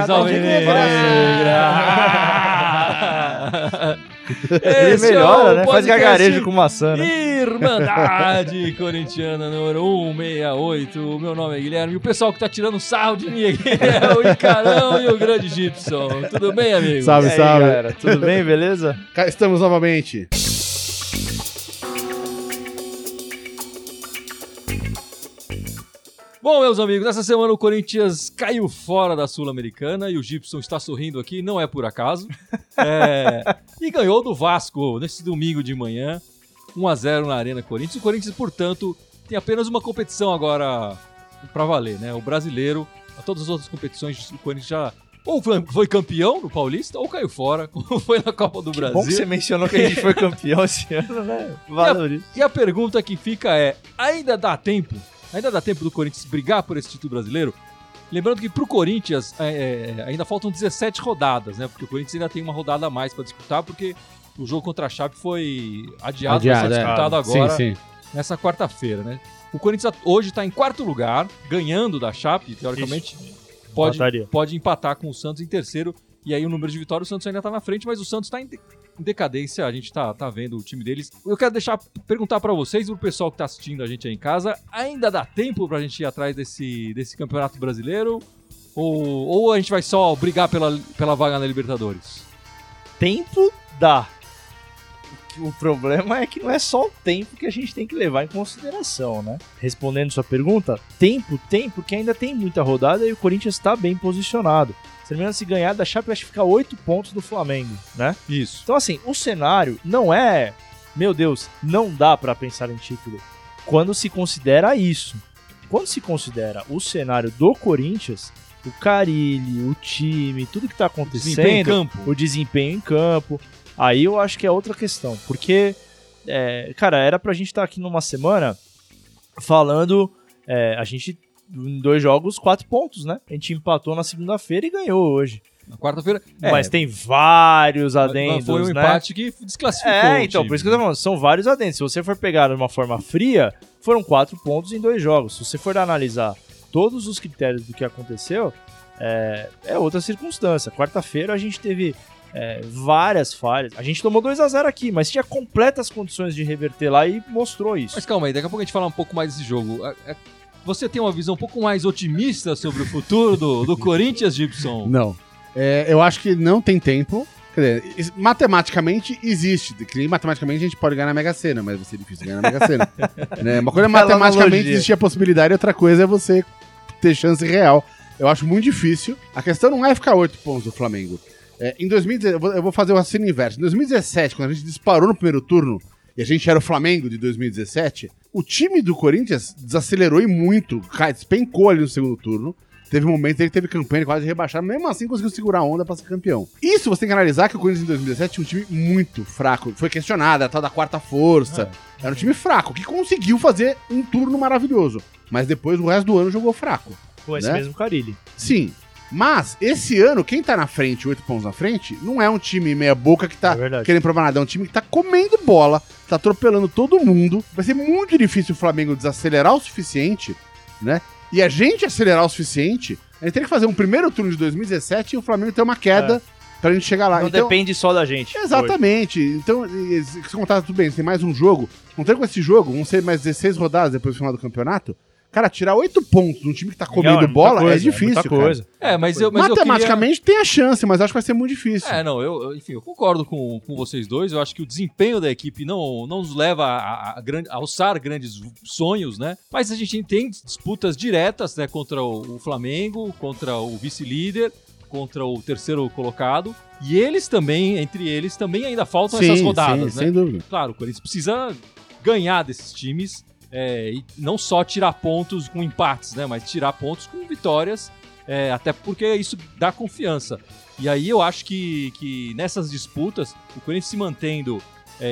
Ele melhora, né? Faz gargarejo com maçã, né? Irmandade Corintiana número 168. Meu nome é Guilherme. E o pessoal que tá tirando sarro de mim aqui é o Icarão e o grande Gibson. Tudo bem, amigo? Salve, E aí, salve. galera? Tudo bem, beleza? Cá estamos novamente. Bom, meus amigos, nessa semana o Corinthians caiu fora da Sul-Americana e o Gibson está sorrindo aqui, não é por acaso. E ganhou do Vasco nesse domingo de manhã, 1-0 na Arena Corinthians. O Corinthians, portanto, tem apenas uma competição agora para valer, né? O brasileiro, a todas as outras competições, o Corinthians já ou foi campeão no Paulista ou caiu fora, como foi na Copa do Brasil. Bom que você mencionou que a gente foi campeão esse ano, né? Valeu. E a pergunta que fica é, ainda dá tempo do Corinthians brigar por esse título brasileiro? Lembrando que pro Corinthians ainda faltam 17 rodadas, né? Porque o Corinthians ainda tem uma rodada a mais para disputar, porque o jogo contra a Chape foi adiado para ser disputado agora, sim. Nessa quarta-feira, né? O Corinthians hoje está em quarto lugar, ganhando da Chape, teoricamente pode empatar com o Santos em terceiro, e aí o número de vitórias o Santos ainda está na frente, mas o Santos está em decadência, a gente tá vendo o time deles. Eu quero perguntar pra vocês, pro pessoal que tá assistindo a gente aí em casa, ainda dá tempo pra gente ir atrás desse campeonato brasileiro? Ou a gente vai só brigar pela vaga na Libertadores? Tempo dá. O problema é que não é só o tempo que a gente tem que levar em consideração, né? Respondendo sua pergunta, tempo tem, porque ainda tem muita rodada e o Corinthians está bem posicionado. Se não me engano, se ganhar da Chape, acho que fica 8 pontos do Flamengo, né? Isso. Então, assim, o cenário não é... Meu Deus, não dá pra pensar em título. Quando se considera isso. Quando se considera o cenário do Corinthians, o Carille, o time, tudo que tá acontecendo... O desempenho em campo. Aí eu acho que é outra questão. Porque, cara, era pra gente estar aqui numa semana falando... a gente... Em 2 jogos, 4 pontos, né? A gente empatou na segunda-feira e ganhou hoje. Na quarta-feira... Mas tem vários adendos, foi um né? empate que desclassificou então, por isso que eu tô falando, são vários adendos. Se você for pegar de uma forma fria, foram 4 pontos em 2 jogos. Se você for analisar todos os critérios do que aconteceu, é outra circunstância. Quarta-feira a gente teve várias falhas. A gente tomou 2-0 aqui, mas tinha completas condições de reverter lá e mostrou isso. Mas calma aí, daqui a pouco a gente fala um pouco mais desse jogo. Você tem uma visão um pouco mais otimista sobre o futuro do Corinthians, Gibson? Não. Eu acho que não tem tempo. Quer dizer, matematicamente existe. Que matematicamente a gente pode ganhar na Mega Sena, mas vai ser difícil ganhar na Mega Sena. Né? Uma coisa é matematicamente existir a possibilidade, outra coisa é você ter chance real. Eu acho muito difícil. A questão não é ficar 8 pontos do Flamengo. Em 2017, eu vou fazer o raciocínio inverso. Em 2017, quando a gente disparou no primeiro turno, e a gente era o Flamengo de 2017, o time do Corinthians desacelerou e muito, despencou ali no segundo turno. Teve um momento que teve campanha quase rebaixada, mesmo assim conseguiu segurar a onda pra ser campeão. Isso você tem que analisar que o Corinthians em 2017 tinha um time muito fraco. Foi questionado, a tal da quarta força. Era um time fraco, que conseguiu fazer um turno maravilhoso. Mas depois o resto do ano jogou fraco. Com esse mesmo Carille. Sim. Mas, esse ano, quem tá na frente, 8 pontos na frente, não é um time meia boca que tá querendo provar nada. É um time que tá comendo bola, tá atropelando todo mundo. Vai ser muito difícil o Flamengo desacelerar o suficiente, né? E a gente acelerar o suficiente, a gente tem que fazer um primeiro turno de 2017 e o Flamengo ter uma queda pra gente chegar lá. Não então, depende só da gente. Exatamente. Hoje. Então, se contar tudo bem, tem mais um jogo. Contando com esse jogo, vão ser mais 16 rodadas depois do final do campeonato. Cara, tirar 8 pontos de um time que tá comendo bola é difícil, coisa. Mas matematicamente tem a chance, mas acho que vai ser muito difícil. Enfim, eu concordo com vocês dois. Eu acho que o desempenho da equipe não nos leva a alçar grandes sonhos, né? Mas a gente tem disputas diretas, né? Contra o Flamengo, contra o vice-líder, contra o terceiro colocado. E entre eles também ainda faltam essas rodadas, né? Sem dúvida. Claro, o Corinthians precisa ganhar desses times. E não só tirar pontos com empates, né? Mas tirar pontos com vitórias, até porque isso dá confiança. E aí eu acho que nessas disputas, o Corinthians se mantendo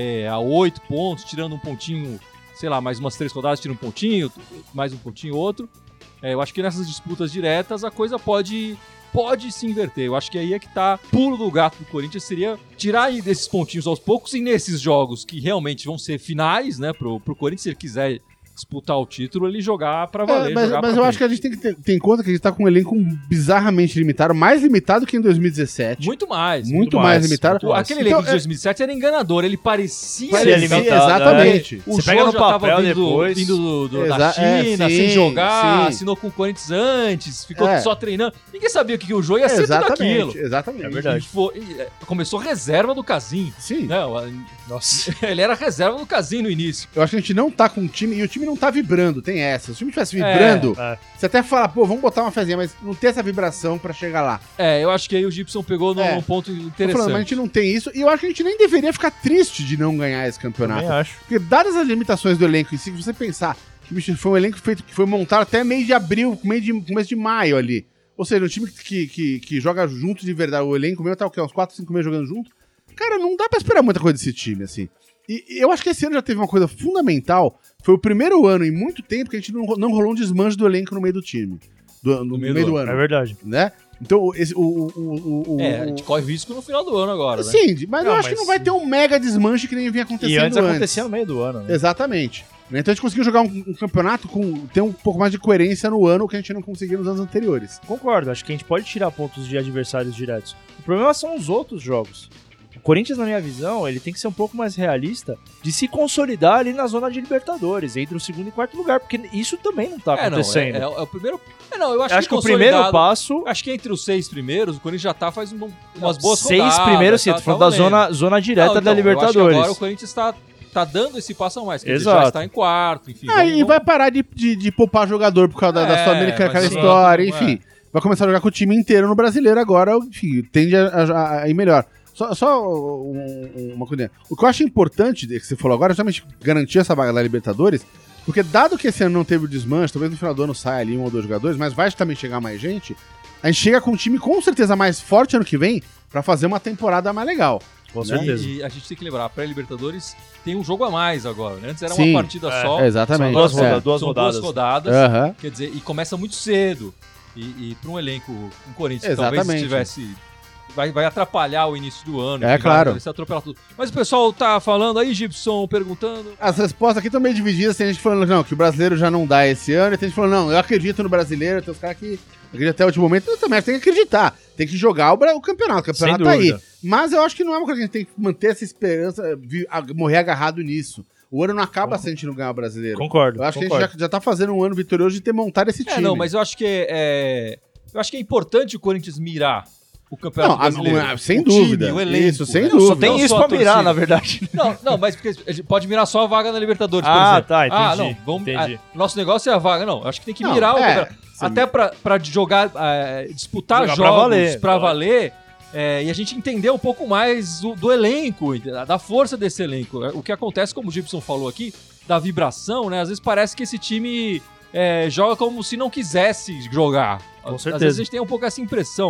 a 8 pontos, tirando um pontinho, sei lá, mais umas 3 rodadas, tira um pontinho, mais um pontinho outro. Eu acho que nessas disputas diretas a coisa pode se inverter. Eu acho que aí é que tá pulo do gato do Corinthians, seria tirar aí desses pontinhos aos poucos e nesses jogos que realmente vão ser finais, né, pro Corinthians, se ele quiser disputar o título, ele jogar pra valer. Mas eu acho que a gente tem que ter em conta que a gente tá com um elenco bizarramente limitado, mais limitado que em 2017. Muito mais. Muito mais limitado. Aquele elenco de 2007 era enganador, ele parecia limitado. Exatamente. O Você pega no Jô já tava papel depois. vindo da China, sem jogar, assinou com o Corinthians antes, ficou só treinando. Ninguém sabia o que o Jô ia ser tudo aquilo. Exatamente. É verdade. Começou reserva do Casim. Sim. Não, Nossa. ele era reserva do Casim no início. Eu acho que a gente não tá com um time, e o time não tá vibrando, tem essa. Se o time estivesse vibrando, você até fala, pô, vamos botar uma fezinha, mas não tem essa vibração pra chegar lá. Eu acho que aí o Gibson pegou num ponto interessante. Tô falando, mas a gente não tem isso, e eu acho que a gente nem deveria ficar triste de não ganhar esse campeonato. Também acho. Porque dadas as limitações do elenco em si, se você pensar que bicho, foi um elenco feito que foi montado até meio de abril, começo de maio ali. Ou seja, um time que joga junto de verdade, o elenco mesmo tá o quê? Uns 4, 5 meses jogando junto. Cara, não dá pra esperar muita coisa desse time, assim. E eu acho que esse ano já teve uma coisa fundamental. Foi o primeiro ano em muito tempo que a gente não rolou um desmanche do elenco no meio do time. No meio do ano. É verdade. Né? Então, a gente corre risco no final do ano agora, né? Sim, mas eu acho que não vai ter um mega desmanche que nem vinha acontecendo E antes acontecia no meio do ano, né? Exatamente. Então a gente conseguiu jogar um campeonato ter um pouco mais de coerência no ano que a gente não conseguia nos anos anteriores. Concordo, acho que a gente pode tirar pontos de adversários diretos. O problema são os outros jogos. O Corinthians, na minha visão, ele tem que ser um pouco mais realista de se consolidar ali na zona de Libertadores, entre o segundo e quarto lugar, porque isso também não tá acontecendo. É o primeiro... eu acho que o primeiro passo... Acho que entre os 6 primeiros, o Corinthians já tá faz umas boas 6 rodadas. 6 primeiros, sim, tô falando da zona direta da Libertadores. Eu acho que agora o Corinthians tá dando esse passo a mais, porque ele já está em quarto, enfim. E vai parar de poupar jogador por causa da Sul-Americana, aquela história, enfim. Vai começar a jogar com o time inteiro no Brasileiro agora, enfim, tende a ir melhor. Só uma coisa. O que eu acho importante, que você falou agora, é justamente garantir essa vaga da Libertadores, porque dado que esse ano não teve o desmanche, talvez no final do ano saia ali 1 ou 2 jogadores, mas vai também chegar mais gente, a gente chega com um time com certeza mais forte ano que vem pra fazer uma temporada mais legal. Com certeza. E a gente tem que lembrar, a pré-Libertadores tem um jogo a mais agora, né? Antes era uma partida só. Exatamente. São duas rodadas. Uhum. Quer dizer, e começa muito cedo. E para um elenco com o Corinthians, exatamente, talvez tivesse... Vai atrapalhar o início do ano. Claro. Vai se atropelar tudo. Mas o pessoal tá falando aí, Gibson, perguntando... As respostas aqui estão meio divididas. Tem gente falando não, que o brasileiro já não dá esse ano. E tem gente falando, não, eu acredito no brasileiro. Tem os caras que acreditam até o último momento. Eu também tem que acreditar. Tem que jogar o campeonato. O campeonato tá aí. Mas eu acho que não é uma coisa que a gente tem que manter essa esperança, morrer agarrado nisso. O ano não acaba se a gente não ganhar o brasileiro. Concordo. Eu acho que a gente já tá fazendo um ano vitorioso de ter montado esse time. Não, mas eu acho que é importante o Corinthians mirar o Campeonato Brasileiro. Sem dúvida. Time, o elenco. Isso, sem dúvida. Só tem isso pra mirar, na verdade. Não, mas porque a gente pode mirar só a vaga na Libertadores, por exemplo. Tá, entendi. Entendi. Nosso negócio é a vaga. Não, acho que tem que mirar o campeonato. Até pra jogar, disputar jogos pra valer. E a gente entender um pouco mais do elenco, da força desse elenco. O que acontece, como o Gibson falou aqui, da vibração, né? Às vezes parece que esse time joga como se não quisesse jogar. Com certeza. Às vezes a gente tem um pouco essa impressão.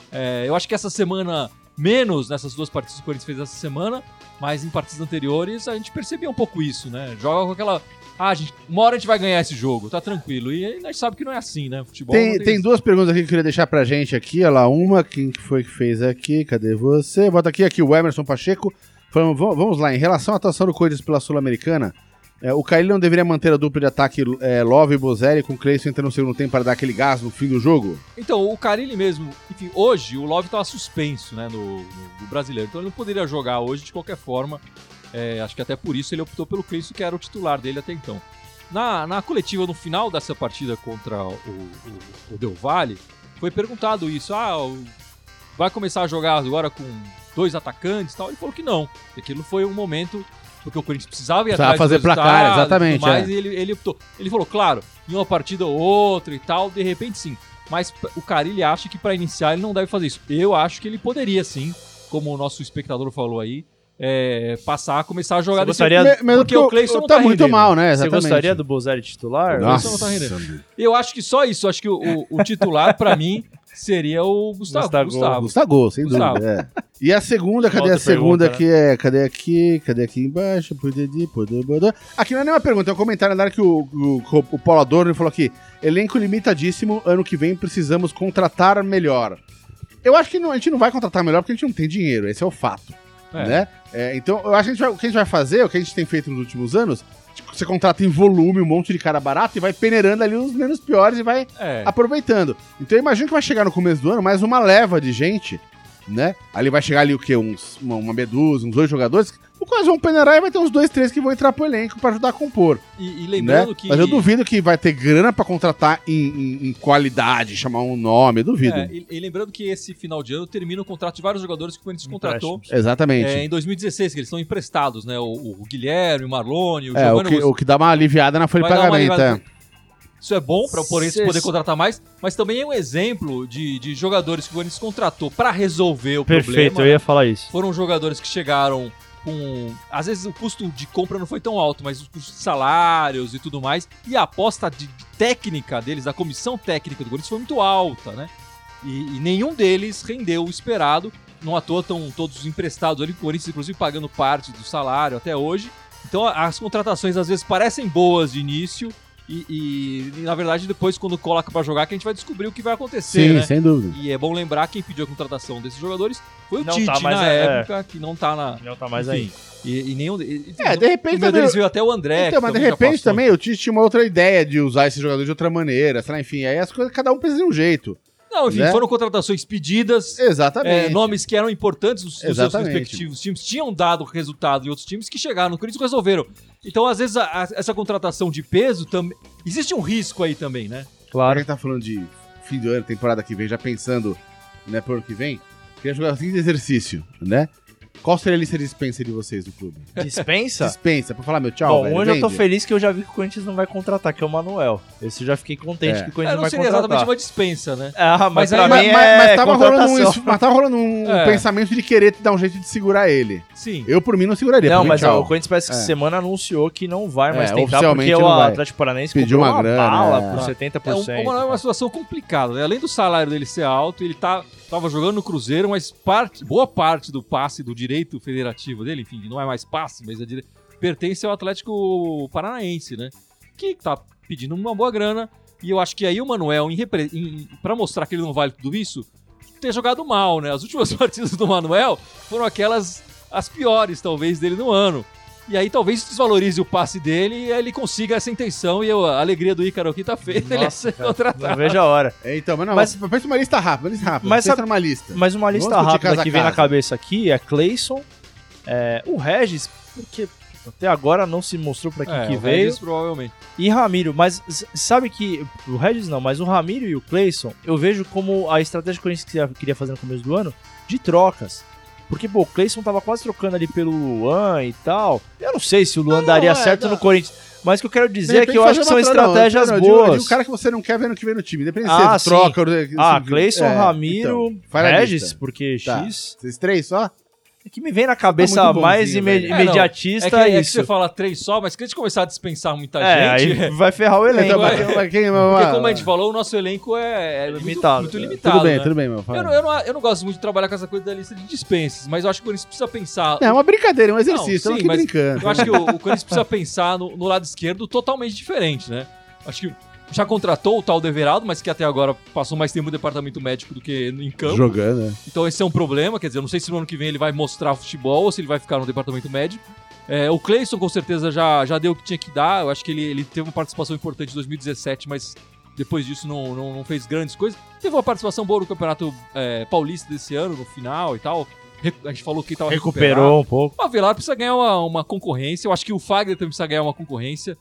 Eu acho que essa semana, menos nessas 2 partidas que o Corinthians fez essa semana, mas em partidas anteriores a gente percebia um pouco isso, né? Joga com aquela... uma hora a gente vai ganhar esse jogo, tá tranquilo. E a gente sabe que não é assim, né? Futebol tem 2 perguntas aqui que eu queria deixar pra gente aqui. Olha lá, uma, quem foi que fez aqui? Cadê você? Volta aqui, o Emerson Pacheco. Falando, vamos lá, em relação à atuação do Corinthians pela Sul-Americana, o Carilli não deveria manter a dupla de ataque Love e Bozelli com o Cleison entrando no segundo tempo para dar aquele gás no fim do jogo? Então, o Carilli mesmo, enfim, hoje o Love estava suspenso, né, no Brasileiro, então ele não poderia jogar hoje de qualquer forma. Acho que até por isso ele optou pelo Cleison, que era o titular dele até então. Na coletiva, no final dessa partida contra o Del Valle, foi perguntado isso, vai começar a jogar agora com 2 atacantes e tal? Ele falou que não, que aquilo foi um momento... Porque o Corinthians precisava ir atrás fazer placar, exatamente. Mas ele optou. Ele falou, claro, em uma partida ou outra e tal, de repente sim. Mas o Carilli acha que para iniciar ele não deve fazer isso. Eu acho que ele poderia sim, como o nosso espectador falou aí, passar a começar a jogar desse porque o Cleison não tá muito mal, né? Exatamente. Você gostaria do Bozelli titular? Nossa. Não tá rendendo. Eu acho que só isso. Acho que o titular, para mim, seria o Gustavo. Gustavo, sem dúvida. E a segunda, cadê a segunda que cadê aqui embaixo? Aqui não é nenhuma pergunta, é um comentário que o Paulo Adorno falou aqui. Elenco limitadíssimo, ano que vem precisamos contratar melhor. Eu acho que a gente não vai contratar melhor porque a gente não tem dinheiro, esse é o fato. Né? Então, eu acho que o que a gente vai fazer, o que a gente tem feito nos últimos anos, você contrata em volume um monte de cara barato e vai peneirando ali os menos piores e vai aproveitando. Então eu imagino que vai chegar no começo do ano mais uma leva de gente, né? Ali vai chegar ali o quê? Uma Medusa, uns 2 jogadores, o quais vão peneirar e vai ter uns 2, 3 que vão entrar pro elenco pra ajudar a compor. E lembrando, né? Que... Mas eu duvido que vai ter grana pra contratar em qualidade, chamar um nome, eu duvido. E lembrando que esse final de ano termina o contrato de vários jogadores que o Corinthians contratou. Exatamente. Em 2016, que eles estão emprestados, né? O Guilherme, o Marlone, o Giovanni... O que dá uma aliviada na folha de pagamento, Isso é bom para o Corinthians poder contratar mais, mas também é um exemplo de jogadores que o Corinthians contratou para resolver o problema. Perfeito, eu ia falar isso. Foram jogadores que chegaram com... Às vezes o custo de compra não foi tão alto, mas os custos de salários e tudo mais, e a aposta de técnica deles, da comissão técnica do Corinthians foi muito alta, né? E nenhum deles rendeu o esperado. Não à toa estão todos emprestados ali, o Corinthians inclusive pagando parte do salário até hoje. Então as contratações às vezes parecem boas de início, E na verdade, depois, quando coloca pra jogar, que a gente vai descobrir o que vai acontecer, né? Sem dúvida. E é bom lembrar quem pediu a contratação desses jogadores foi o Não Tite, tá mais na época, que não tá na... Não tá mais enfim, aí. E nenhum... de repente... No meu deles veio até o André. Então, mas de repente também o Tite tinha uma outra ideia de usar esses jogadores de outra maneira, sei lá, enfim, aí as coisas, cada um precisa de um jeito. Não, enfim, né? Foram contratações pedidas. Exatamente. Nomes que eram importantes nos seus respectivos times, tinham dado resultado em outros times que chegaram no Corinthians e resolveram. Então, às vezes, essa contratação de peso também... Existe um risco aí também, né? Claro. Quem tá falando de fim do ano, temporada que vem, já pensando, né, pro ano que vem, queria jogar assim de exercício, né? Qual seria a lista de dispensa de vocês do clube? Dispensa? Dispensa, pra falar meu tchau, velho. Bom, hoje eu tô feliz que eu já vi que o Corinthians não vai contratar, que é o Manuel. Esse eu já fiquei contente que o Corinthians não vai contratar. Não seria exatamente uma dispensa, né? Mas tava rolando um pensamento de querer dar um jeito de segurar ele. Sim. Eu, por mim, não seguraria. Não, mas o Corinthians parece que essa semana anunciou que não vai mais tentar, porque o Atlético Paranaense pediu uma grana, bala por 70%. O Manuel é uma situação complicada, né? Além do salário dele ser alto, ele tava jogando no Cruzeiro, mas boa parte do passe do direito federativo dele, enfim, não é mais passe, mas pertence ao Atlético Paranaense, né? Que tá pedindo uma boa grana, e eu acho que aí o Manuel, pra mostrar que ele não vale tudo isso, ter jogado mal, né? As últimas partidas do Manuel foram as piores, talvez, dele no ano. E aí talvez desvalorize o passe dele e ele consiga essa intenção, e a alegria do Ícaro aqui tá feita, ele é ser contratado. Não vejo a hora. Então, mas pensa uma lista rápida, pensa numa lista. Mas uma lista rápida que vem na cabeça aqui é Cleison, o Regis, porque até agora não se mostrou pra quem que veio. Regis, provavelmente. E Ramiro, mas sabe que o Regis não, mas o Ramiro e o Cleison, eu vejo como a estratégia que o Corinthians queria fazer no começo do ano, de trocas. Porque, o Cleison tava quase trocando ali pelo Luan e tal. Eu não sei se o Luan daria certo no Corinthians. Mas o que eu quero dizer é que eu acho que são estratégias boas. O cara que você não quer ver no que vem no time. Independente se você troca... Cleison, Ramiro, então, Regis, porque X... Esses 3 só? É que me vem na cabeça mais imediatista é que você fala 3 só, mas se a gente começar a dispensar muita gente... aí vai ferrar o elenco. Porque como a gente falou, o nosso elenco é limitado. Muito limitado. Tudo bem, meu. Eu não gosto muito de trabalhar com essa coisa da lista de dispensas, mas eu acho que o Corinthians precisa pensar... É uma brincadeira, é um exercício, estamos aqui brincando. Eu acho que o Corinthians precisa pensar no lado esquerdo totalmente diferente, né? Acho que já contratou o tal Deveraldo, mas que até agora passou mais tempo no departamento médico do que em campo. Jogando, né? Então esse é um problema, quer dizer, eu não sei se no ano que vem ele vai mostrar futebol ou se ele vai ficar no departamento médico. O Cleison com certeza já deu o que tinha que dar, eu acho que ele teve uma participação importante em 2017, mas depois disso não fez grandes coisas. Teve uma participação boa no Campeonato Paulista desse ano, no final e tal. A gente falou que estava recuperou um pouco. O Avelar precisa ganhar uma concorrência, eu acho que o Fagner também precisa ganhar uma concorrência.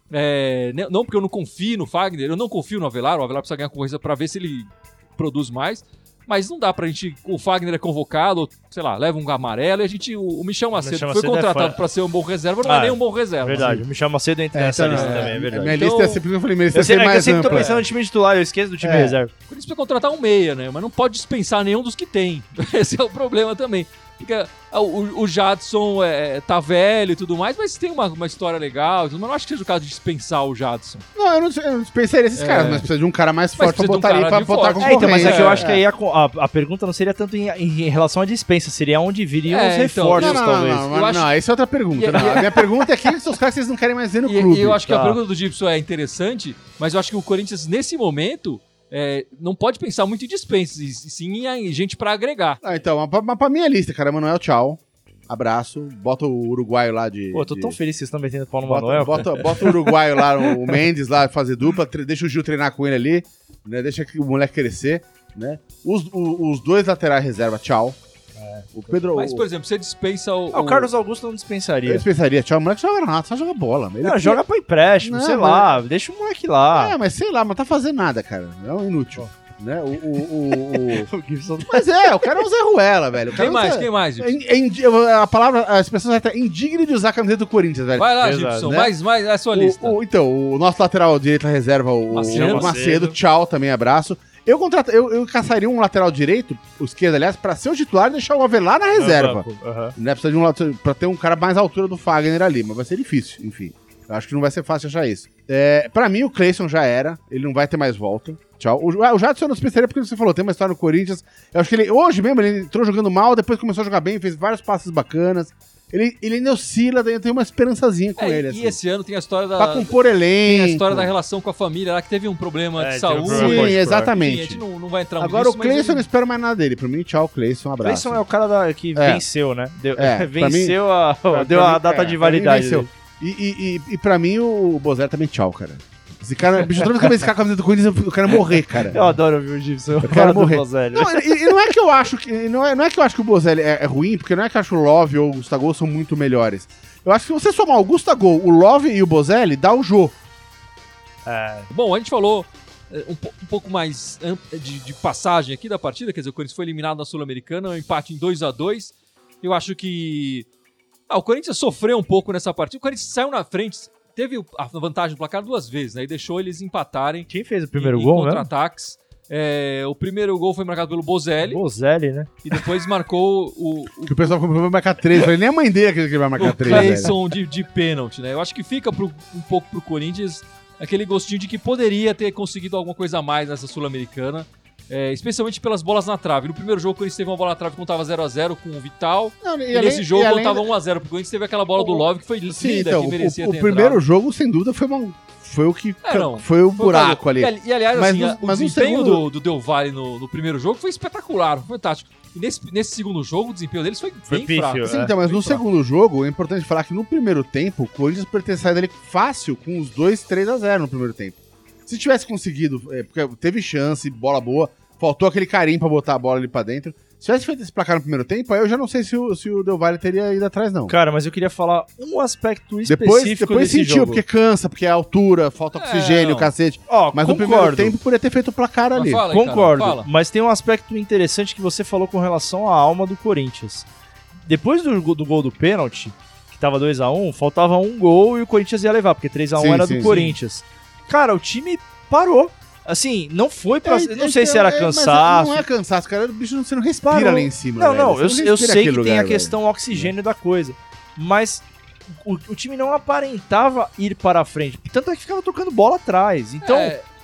Não porque eu não confio no Fagner, eu não confio no Avelar, o Avelar precisa ganhar concorrência pra ver se ele produz mais, mas não dá pra gente, o Fagner é convocado, sei lá, leva um amarelo e o Michel Macedo foi contratado pra ser um bom reserva, não é nem um bom reserva. Verdade, o Michel Macedo entra nessa lista também, é verdade. Minha lista é sempre, eu falei, minha lista é mais eu sempre tô pensando no time titular, eu esqueço do time reserva. Por isso precisa contratar um meia, né, mas não pode dispensar nenhum dos que tem, esse é o problema também. Porque o Jadson tá velho e tudo mais, mas tem uma história legal, mas não acho que seja o caso de dispensar o Jadson. Não, eu não dispensaria esses caras, mas precisa de um cara mais forte pra botar ali pra botar concorrência. Então, mas é que eu acho que aí a pergunta não seria tanto em relação à dispensa, seria onde viriam os reforços, talvez. Não, essa é outra pergunta. A minha pergunta é quem são os caras que vocês não querem mais ver no clube. E eu acho que a pergunta do Gibson é interessante, mas eu acho que o Corinthians, nesse momento... não pode pensar muito em dispensas, e sim em gente pra agregar. Então, pra minha lista, cara, Manuel, tchau. abraço. Bota o uruguaio lá de... Pô, eu tô tão feliz que vocês estão metendo pau no Bota, Manuel. bota o uruguaio lá, o Mendes lá, fazer dupla, deixa o Gil treinar com ele ali, né? Deixa o moleque crescer, né? Os dois laterais reserva, tchau. O Pedro... Mas, por exemplo, você dispensa o Carlos Augusto não dispensaria. Eu dispensaria, tchau, o moleque joga nada, só joga bola. Ele Não, joga pra empréstimo, Não, sei mas- lá, deixa o moleque lá. mas sei lá, mas tá fazendo nada, cara. É um inútil. Né? O Gibson Mas o cara é um Zé Ruela, velho. O cara Quem mais, Gibson? A palavra, a expressão certa é indigno de usar a camiseta do Corinthians, velho. Vai lá, Exato, Gibson, né? mais é a sua lista. Então, o nosso lateral direito reserva, o Macedo. Macedo, tchau, também abraço. Eu caçaria um lateral direito, o esquerdo, aliás, pra ser o titular e deixar o Avelar na reserva. Né? Precisa de um lateral pra ter um cara mais à altura do Fagner ali, mas vai ser difícil, enfim. Eu acho que não vai ser fácil achar isso. Pra mim, o Cleison já era, ele não vai ter mais volta. Tchau. O Jadson eu não dispensaria porque você falou, tem uma história no Corinthians. Eu acho que ele, hoje mesmo, ele entrou jogando mal, depois começou a jogar bem, fez vários passes bacanas. Ele ainda oscila, daí eu tenho uma esperançazinha com ele. E Assim. esse ano tem a história Pra da... compor elenco. Tem a história da relação com a família lá, que teve um problema de teve um saúde. problema Sim, particular. Enfim, a exatamente. gente não vai entrar muito Agora nisso, o Cleison eu não mas espero mais nada dele. Pra mim, tchau, Cleison, um abraço. Cleison é o cara que venceu, né? pra Venceu mim- deu pra a mim- data de pra mim validade. venceu. E pra mim, o Bozelli também tchau, cara. Esse cara, bicho, toda vez que eu vejo esse cara com a camisa do Corinthians, eu quero morrer, cara. Eu adoro ouvir o Gibson. Eu quero morrer. Bozelli. Não, e não é que eu acho que. Não é que eu acho que o Bozelli é ruim, porque não é que eu acho o Love ou o Gustavo são muito melhores. Eu acho que se você somar o Gustavo, o Love e o Bozelli, dá o Jô. Bom, a gente falou um pouco mais de passagem aqui da partida, quer dizer, o Corinthians foi eliminado na Sul-Americana, um empate em 2-2. Eu acho que o Corinthians sofreu um pouco nessa partida. O Corinthians saiu na frente, teve a vantagem do placar 2 vezes, né? E deixou eles empatarem. Quem fez o primeiro em gol, né? contra-ataques. O primeiro gol foi marcado pelo Bozelli. Bozelli, né? E depois marcou o Que o pessoal vai marcar 3. Falei, nem a mãe dele acredita que ele vai marcar 3. Cleison de pênalti, né? Eu acho que fica um pouco pro Corinthians aquele gostinho de que poderia ter conseguido alguma coisa a mais nessa Sul-Americana. Especialmente pelas bolas na trave. No primeiro jogo, o Corinthians teve uma bola na trave quando tava 0x0 com o Vital. E nesse jogo, quando tava 1x0 pro Corinthians, teve aquela bola do Love que foi linda, então, que merecia o ter primeiro entrado. jogo, sem dúvida, foi o que não, foi o buraco ali. E aliás, Mas assim, no- mas o no desempenho segundo- do Del Valle no primeiro jogo foi espetacular, foi fantástico. E nesse segundo jogo, o desempenho deles foi bem pífio, fraco. Sim, então, mas no bem fraco. segundo jogo, é importante falar que no primeiro tempo, o Corinthians poderia ter saído ali fácil com os 3-0 no primeiro tempo. Se tivesse conseguido, porque teve chance, bola boa, faltou aquele carinho pra botar a bola ali pra dentro. Se tivesse feito esse placar no primeiro tempo, aí eu já não sei se o Del Valle teria ido atrás, não. Cara, mas eu queria falar um aspecto Depois específico sentiu, desse jogo. porque cansa, porque é altura, falta oxigênio, não. cacete. Ó, Mas no primeiro tempo poderia ter feito o placar Mas ali. fala aí, cara, Concordo, fala. mas tem um aspecto interessante que você falou com relação à alma do Corinthians. Depois do gol do pênalti, que tava 2x1, faltava um gol e o Corinthians ia levar, porque 3x1 Sim, era sim, do sim. Corinthians. Cara, o time parou. Assim, não foi pra... não sei se era mas cansaço. não é cansaço, cara. O bicho você não respira Parou. lá em cima. Não, velho. não, Você eu respira sei aquele que lugar, tem a velho. questão oxigênio da coisa. Mas o time não aparentava ir para a frente. Tanto é que ficava tocando bola atrás. Então,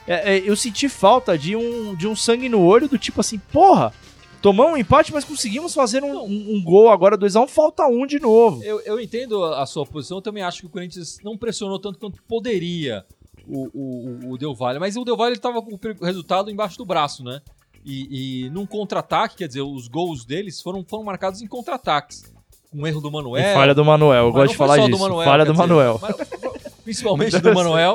eu senti falta de um sangue no olho do tipo assim, porra, tomamos um empate, mas conseguimos fazer um gol agora 2x1, falta um de novo. Eu entendo a sua posição, eu também acho que o Corinthians não pressionou tanto quanto poderia o Del Valle, mas o Del Valle estava com o resultado embaixo do braço, né? E num contra-ataque, quer dizer, os gols deles foram marcados em contra-ataques. Com erro do Manuel. E falha do Manuel, eu Mas gosto não de foi falar só disso. do Manuel, Falha quer do dizer, Manuel. Principalmente do Manuel.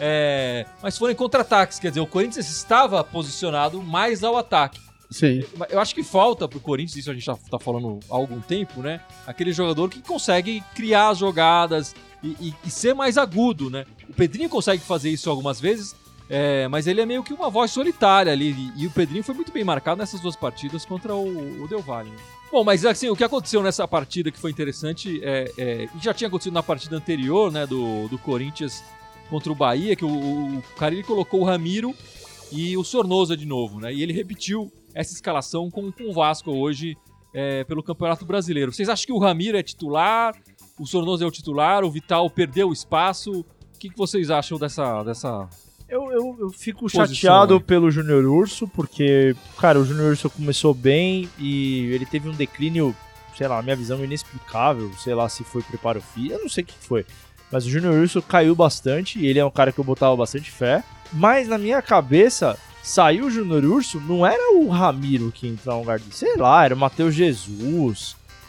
Mas foram em contra-ataques, quer dizer, o Corinthians estava posicionado mais ao ataque. Sim. Eu acho que falta pro Corinthians, isso a gente tá falando há algum tempo, né? Aquele jogador que consegue criar as jogadas e ser mais agudo, né? O Pedrinho consegue fazer isso algumas vezes, mas ele é meio que uma voz solitária ali. E o Pedrinho foi muito bem marcado nessas duas partidas contra o Del Valle. Né? Bom, mas assim, o que aconteceu nessa partida que foi interessante, e já tinha acontecido na partida anterior, né? Do Corinthians contra o Bahia, que o Carille colocou o Ramiro e o Sornosa de novo, né? E ele repetiu essa escalação com o Vasco hoje pelo Campeonato Brasileiro. Vocês acham que o Ramiro é titular, o Sornosa é o titular, o Vital perdeu o espaço? O que vocês acham dessa... Eu fico Posição, chateado né? pelo Júnior Urso, porque, cara, o Júnior Urso começou bem e ele teve um declínio, sei lá, na minha visão, inexplicável, sei lá se foi preparo físico, eu não sei o que foi. Mas o Júnior Urso caiu bastante e ele é um cara que eu botava bastante fé. Mas na minha cabeça, saiu o Júnior Urso, não era o Ramiro que ia entrar no lugar dele, sei lá, era o Matheus Jesus,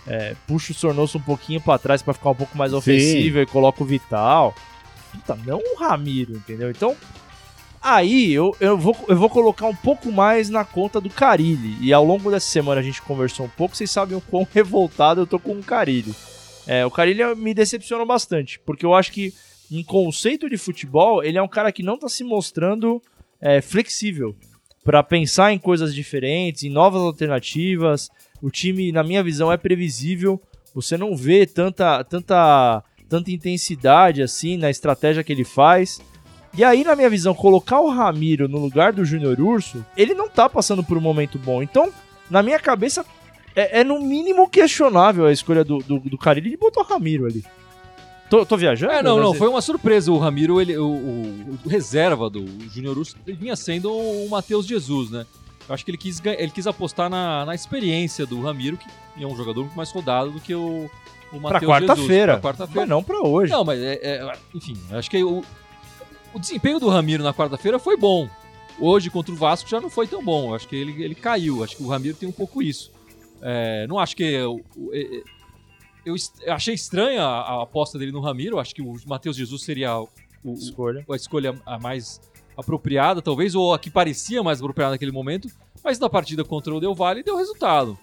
puxa o Sornoso um pouquinho pra trás pra ficar um pouco mais ofensivo e coloca o Vital. Puta, não o Ramiro, entendeu? Então, aí eu vou colocar um pouco mais na conta do Carille. E ao longo dessa semana a gente conversou um pouco, vocês sabem o quão revoltado eu tô com o Carille. O Carille me decepcionou bastante, porque eu acho que em conceito de futebol, ele é um cara que não tá se mostrando flexível para pensar em coisas diferentes, em novas alternativas. O time, na minha visão, é previsível. Você não vê tanta intensidade assim na estratégia que ele faz. E aí, na minha visão, colocar o Ramiro no lugar do Júnior Urso, ele não tá passando por um momento bom. Então, na minha cabeça, é no mínimo questionável a escolha do Carille de botar o Ramiro ali. Tô viajando? Não, foi uma surpresa. O Ramiro, o reserva do Júnior Urso, ele vinha sendo o Matheus Jesus, né? Eu acho que ele quis apostar na experiência do Ramiro, que é um jogador muito mais rodado do que o Matheus Jesus. Pra quarta-feira. Mas não pra hoje. Não, mas enfim, acho que o desempenho do Ramiro na quarta-feira foi bom. Hoje, contra o Vasco, já não foi tão bom. Eu acho que ele caiu. Acho que o Ramiro tem um pouco isso. Não acho que... Eu achei estranha a aposta dele no Ramiro. Acho que o Matheus Jesus seria a escolha a mais apropriada, talvez, ou a que parecia mais apropriada naquele momento. Mas na partida contra o Del Valle deu resultado.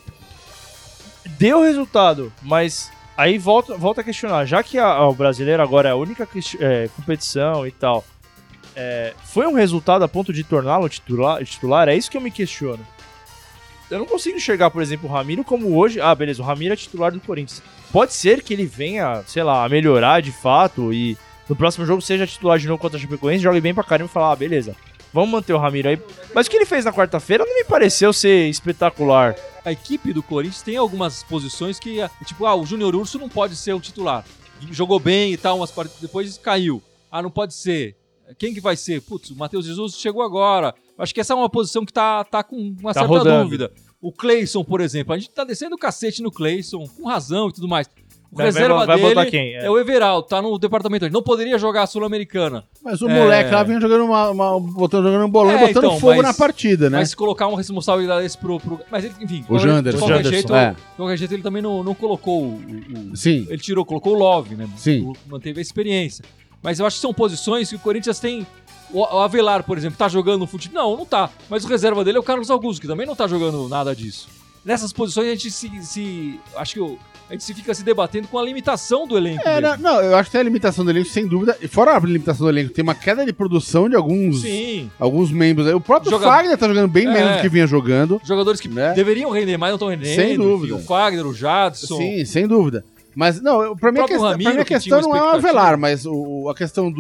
Deu resultado, mas aí volta a questionar. Já que o brasileiro agora é a única competição e tal, foi um resultado a ponto de torná-lo titular? É isso que eu me questiono. Eu não consigo enxergar, por exemplo, o Ramiro como hoje... beleza, o Ramiro é titular do Corinthians. Pode ser que ele venha, sei lá, a melhorar de fato e no próximo jogo seja titular de novo contra a Chapecoense, jogue bem pra caramba e falar, beleza, vamos manter o Ramiro aí. Mas o que ele fez na quarta-feira não me pareceu ser espetacular. A equipe do Corinthians tem algumas posições que, tipo, o Júnior Urso não pode ser o titular. Jogou bem e tal, umas partidas depois caiu. Não pode ser. Quem que vai ser? Putz, o Matheus Jesus chegou agora. Acho que essa é uma posição que tá com uma certa rodando. dúvida. O Cleison, por exemplo, a gente tá descendo o cacete no Cleison, com razão e tudo mais. O Vai reserva dele botar quem? é o Everaldo, tá no departamento. Ele não poderia jogar a Sul-Americana. Mas o moleque lá vinha jogando jogando um bolão e botando fogo na partida, né? Mas se colocar uma responsabilidade desse pro... Mas ele, enfim, o Janderson. De qualquer jeito ele também não colocou Sim. Ele colocou o Love, né? Sim. Manteve a experiência. Mas eu acho que são posições que o Corinthians tem... O Avelar, por exemplo, tá jogando no futebol? Não tá. Mas o reserva dele é o Carlos Augusto, que também não tá jogando nada disso. Nessas posições a gente acho que a gente fica se debatendo com a limitação do elenco. Eu acho que tem a limitação do elenco, sem dúvida. E fora a limitação do elenco, tem uma queda de produção de alguns membros. O próprio Fagner tá jogando bem menos do que vinha jogando. Jogadores que deveriam render mais, não estão rendendo. Sem dúvida. O Fagner, o Jadson. Sim, sem dúvida. Mas, não, pra mim a questão não é o Avelar, mas a questão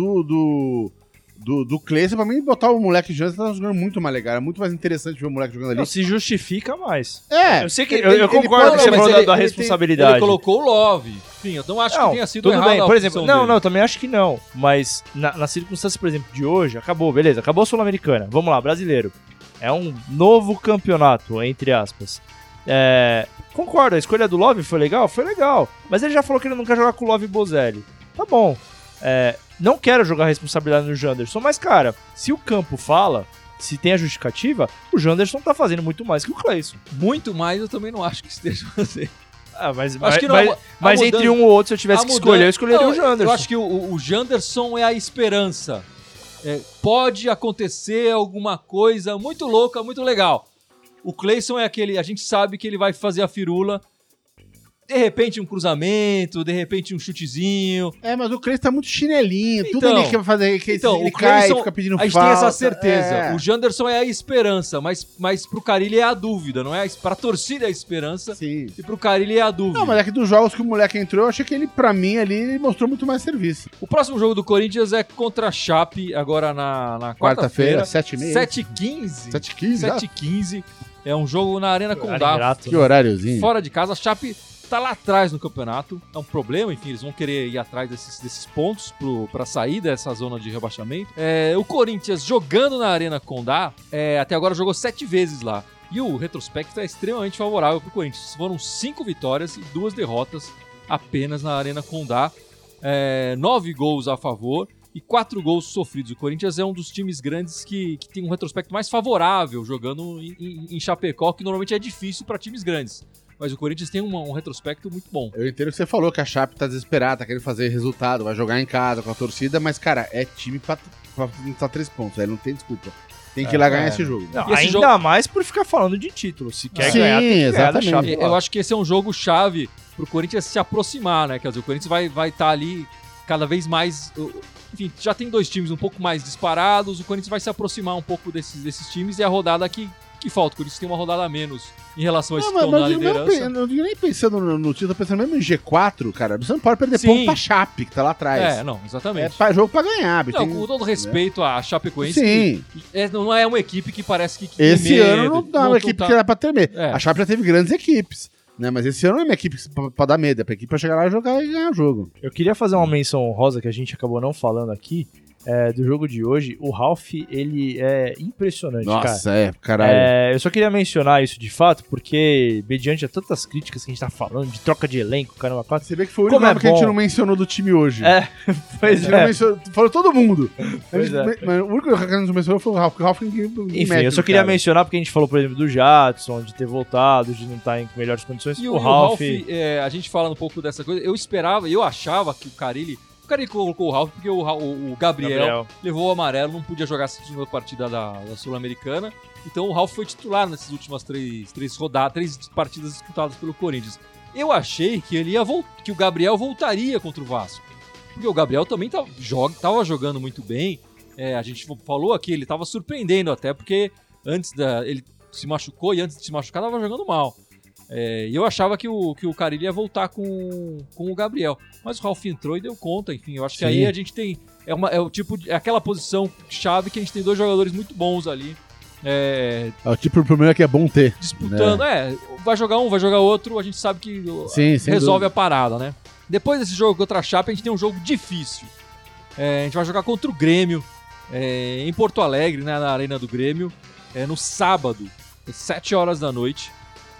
do Cleison, pra mim, botar o moleque Jansen tá jogando muito mais legal. É muito mais interessante ver o moleque jogando ali. Não, se justifica mais. Eu sei que eu concordo com você falando da responsabilidade. Ele colocou o Love. Enfim, eu não acho que tenha sido errado. Tudo bem, por exemplo, eu também acho que não. Mas na circunstância, por exemplo, de hoje, acabou a Sul-Americana. Vamos lá, brasileiro. É um novo campeonato, entre aspas. Concordo, a escolha do Love foi legal? Foi legal. Mas ele já falou que ele não quer jogar com o Love e Bozelli. Tá bom. Não quero jogar responsabilidade no Janderson, mas, cara, se o campo fala, se tem a justificativa, o Janderson tá fazendo muito mais que o Cleison. Muito mais eu também não acho que esteja fazendo. Mas entre um ou outro, se eu tivesse que escolher, eu escolheria o Janderson. Eu acho que o Janderson é a esperança. Pode acontecer alguma coisa muito louca, muito legal. O Cleison é aquele, a gente sabe que ele vai fazer a firula. De repente um cruzamento, de repente um chutezinho. Mas o Cleison tá muito chinelinho, tudo ele quer fazer, ele o Cleison, fica pedindo falta. A gente tem essa certeza. O Janderson é a esperança, mas pro Carille é a dúvida, não é? Pra torcida é a esperança. Sim. E pro Carille é a dúvida. Não, mas é que dos jogos que o moleque entrou, eu achei que ele, pra mim, ali, ele mostrou muito mais serviço. O próximo jogo do Corinthians é contra a Chape, agora na quarta-feira. 7h30. 7h15. 7h15. É um jogo na Arena Condá. Que horáriozinho. Fora de casa, a Chape tá lá atrás no campeonato, é um problema, enfim, eles vão querer ir atrás desses pontos pra sair dessa zona de rebaixamento. O Corinthians jogando na Arena Condá, até agora jogou 7 vezes lá. E o retrospecto é extremamente favorável pro Corinthians. Foram 5 vitórias e 2 derrotas apenas na Arena Condá. 9 gols a favor e 4 gols sofridos. O Corinthians é um dos times grandes que tem um retrospecto mais favorável jogando em Chapecó, que normalmente é difícil para times grandes. mas o Corinthians tem um retrospecto muito bom. Eu entendo o que você falou, que a Chape tá desesperada, tá querendo fazer resultado, vai jogar em casa com a torcida, mas, cara, é time pra conquistar 3 pontos, aí não tem desculpa. Tem que ir lá ganhar esse jogo. Não, E esse ainda mais por ficar falando de título. Se quer Sim, ganhar, tem que ganhar da exatamente. Chape. Eu acho que esse é um jogo chave pro Corinthians se aproximar, né? Quer dizer, o Corinthians vai estar ali cada vez mais... Enfim, já tem 2 times um pouco mais disparados, o Corinthians vai se aproximar um pouco desses times e a rodada que falta. O Corinthians tem uma rodada a menos em relação a esse que estão na liderança. Eu não digo nem pensando no título, tô pensando mesmo em G4, cara. Você não pode perder Sim. ponto pra Chape, que tá lá atrás. Não, exatamente. Jogo pra ganhar. Não, com todo respeito à Chapecoense, Sim. Não é uma equipe que parece que Esse tem medo, ano não é uma equipe que dá pra tremer. É. A Chape já teve grandes equipes, né? Mas esse ano não é uma equipe pra dar medo, é pra equipe pra chegar lá e jogar e ganhar o jogo. Eu queria fazer uma menção honrosa que a gente acabou não falando aqui, do jogo de hoje. O Ralf, ele é impressionante, cara. Nossa, caralho. Eu só queria mencionar isso de fato, porque mediante a tantas críticas que a gente tá falando, de troca de elenco, caramba, quatro. Você vê que foi o Como único é que a gente bom. não mencionou do time hoje. Pois A gente não mencionou, falou todo mundo. Pois é. Mas o único que a gente não mencionou foi o Ralf, porque o Ralf Enfim, eu só queria mencionar porque a gente falou, por exemplo, do Jadson, de ter voltado, de não estar em melhores condições. E o o Ralf... a gente falando um pouco dessa coisa, eu achava que o Carille colocou o Ralf porque o Gabriel levou o amarelo, não podia jogar a segunda partida da Sul-Americana. Então o Ralf foi titular nessas últimas três partidas disputadas pelo Corinthians. Eu achei que que o Gabriel voltaria contra o Vasco. Porque o Gabriel também tava jogando muito bem. A gente falou aqui, ele tava surpreendendo até, porque ele se machucou e antes de se machucar tava jogando mal. E eu achava que o Carille ia voltar com o Gabriel. Mas o Ralf entrou e deu conta, enfim. Eu acho que aí a gente tem... É aquela posição chave que a gente tem 2 jogadores muito bons ali. O tipo de problema que é bom ter. Disputando, vai jogar um, vai jogar outro, a gente sabe que resolve a parada, né? Depois desse jogo contra a Chape, a gente tem um jogo difícil. A gente vai jogar contra o Grêmio, em Porto Alegre, né, na Arena do Grêmio, no sábado, às 7 horas da noite.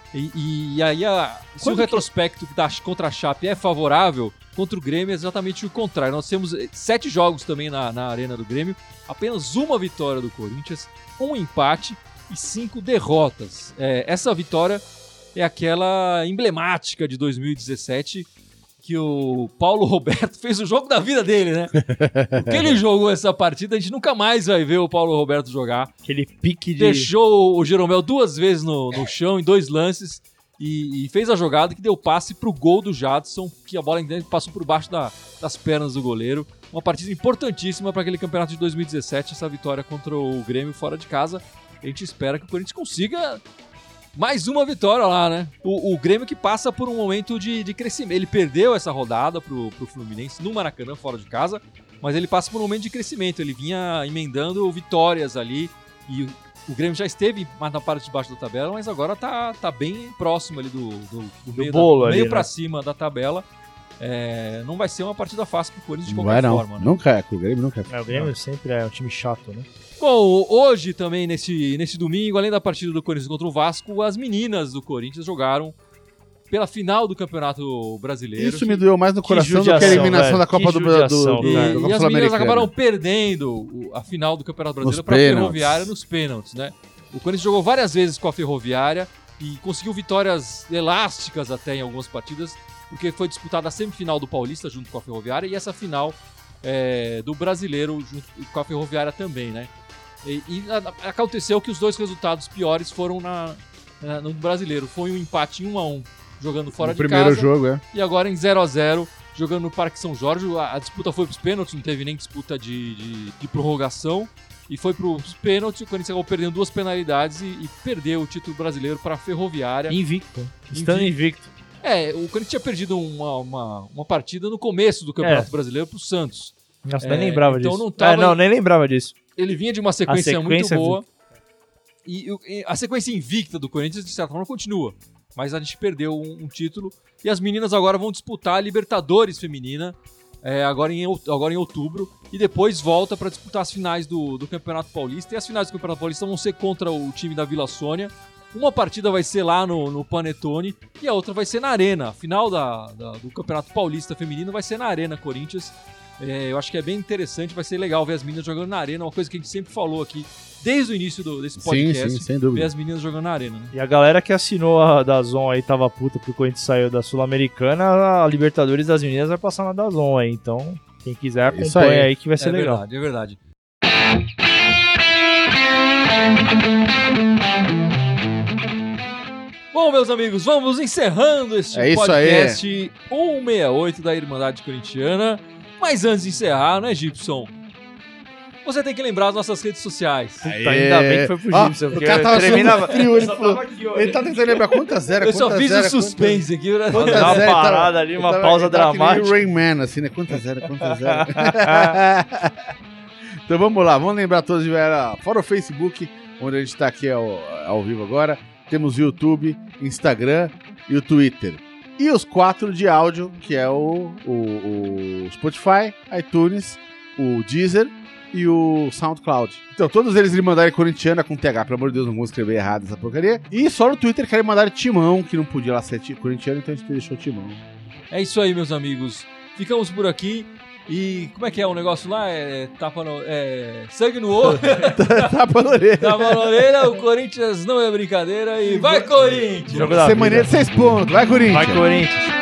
E aí, se o retrospecto contra a Chape é favorável, contra o Grêmio é exatamente o contrário. Nós temos 7 jogos também na Arena do Grêmio, apenas uma vitória do Corinthians, um empate e 5 derrotas. Essa vitória é aquela emblemática de 2017, que o Paulo Roberto fez o jogo da vida dele, né? Porque ele jogou essa partida, a gente nunca mais vai ver o Paulo Roberto jogar. Aquele pique de... Deixou o Jeromel 2 vezes no chão, em 2 lances, e fez a jogada que deu passe pro gol do Jadson, que a bola passou por baixo das pernas do goleiro. Uma partida importantíssima para aquele campeonato de 2017, essa vitória contra o Grêmio fora de casa. A gente espera que o Corinthians consiga... mais uma vitória lá, né? O Grêmio que passa por um momento de crescimento. Ele perdeu essa rodada pro Fluminense no Maracanã, fora de casa, mas ele passa por um momento de crescimento. Ele vinha emendando vitórias ali e o Grêmio já esteve mais na parte de baixo da tabela, mas agora tá bem próximo ali do meio, bolo ali, meio pra né? cima da tabela. Não vai ser uma partida fácil pro Corinthians de Não qualquer vai, não. forma, né? Nunca é, com o Grêmio nunca é. O Grêmio sempre é um time chato, né? Bom, hoje também, nesse domingo, além da partida do Corinthians contra o Vasco, as meninas do Corinthians jogaram pela final do Campeonato Brasileiro. Isso me doeu mais no coração do que a judiação, eliminação velho. da Copa Que do judiação, E, da cara. Copa e as meninas Sul-Americana. acabaram perdendo a final do Campeonato Brasileiro Nos para a pênaltis. Ferroviária nos pênaltis, né? O Corinthians jogou várias vezes com a Ferroviária e conseguiu vitórias elásticas até em algumas partidas, porque foi disputada a semifinal do Paulista junto com a Ferroviária e essa final do Brasileiro junto com a Ferroviária também, né? E aconteceu que os 2 resultados piores foram no Brasileiro. Foi um empate 1-1 jogando fora No de primeiro casa. jogo, E agora em 0-0 jogando no Parque São Jorge. A disputa foi pros pênaltis, não teve nem disputa de prorrogação. E foi pros pênaltis, o Corinthians acabou perdendo 2 penalidades e perdeu o título brasileiro para a Ferroviária. Invicto. Estando invicto. O Corinthians tinha perdido uma partida no começo do Campeonato Brasileiro pro Santos. Nossa, nem lembrava então disso. não tava- nem lembrava disso. Ele vinha de uma sequência, muito sequência boa. E a sequência invicta do Corinthians, de certa forma, continua. Mas a gente perdeu um título. E as meninas agora vão disputar a Libertadores feminina, agora em outubro. E depois volta para disputar as finais do Campeonato Paulista. E as finais do Campeonato Paulista vão ser contra o time da Vila Sônia. Uma partida vai ser lá no Panetone e a outra vai ser na Arena. A final do Campeonato Paulista feminino vai ser na Arena Corinthians. Eu acho que é bem interessante, vai ser legal ver as meninas jogando na arena, uma coisa que a gente sempre falou aqui, desde o início desse podcast. Sim, sem dúvida. Ver as meninas jogando na arena, né? E a galera que assinou a DAZN aí tava puta porque o Corinthians saiu da Sul-Americana, a Libertadores das meninas vai passar na DAZN aí, então quem quiser acompanha aí que vai ser legal. É verdade. Bom, meus amigos, vamos encerrando este podcast 168 da Irmandade Corintiana. Mas antes de encerrar, né, Gibson? Você tem que lembrar as nossas redes sociais. Ainda bem que foi pro Gibson. O cara tava terminava... frio, ele tá tentando lembrar quantas eras. Eu só fiz o suspense aqui. Fazer uma parada ali, uma pausa dramática. Que nem Rayman, assim, né? Quantas eras. Então vamos lá, vamos lembrar todos de fora o Facebook, onde a gente tá aqui ao vivo agora. Temos o YouTube, Instagram e o Twitter. E os 4 de áudio, que é o Spotify, iTunes, o Deezer e o SoundCloud. Então, todos eles mandaram corintiana com TH. Pelo amor de Deus, não vou escrever errado essa porcaria. E só no Twitter que eles mandaram Timão, que não podia lá ser corintiano, então a gente deixou Timão. É isso aí, meus amigos. Ficamos por aqui. E como é que é o negócio lá? Sangue no olho. Tapa na orelha. Tapa na orelha, o Corinthians não é brincadeira. E vai, Corinthians! Jogo da Semaninha de 6 pontos. Vai, Corinthians! Vai, Corinthians!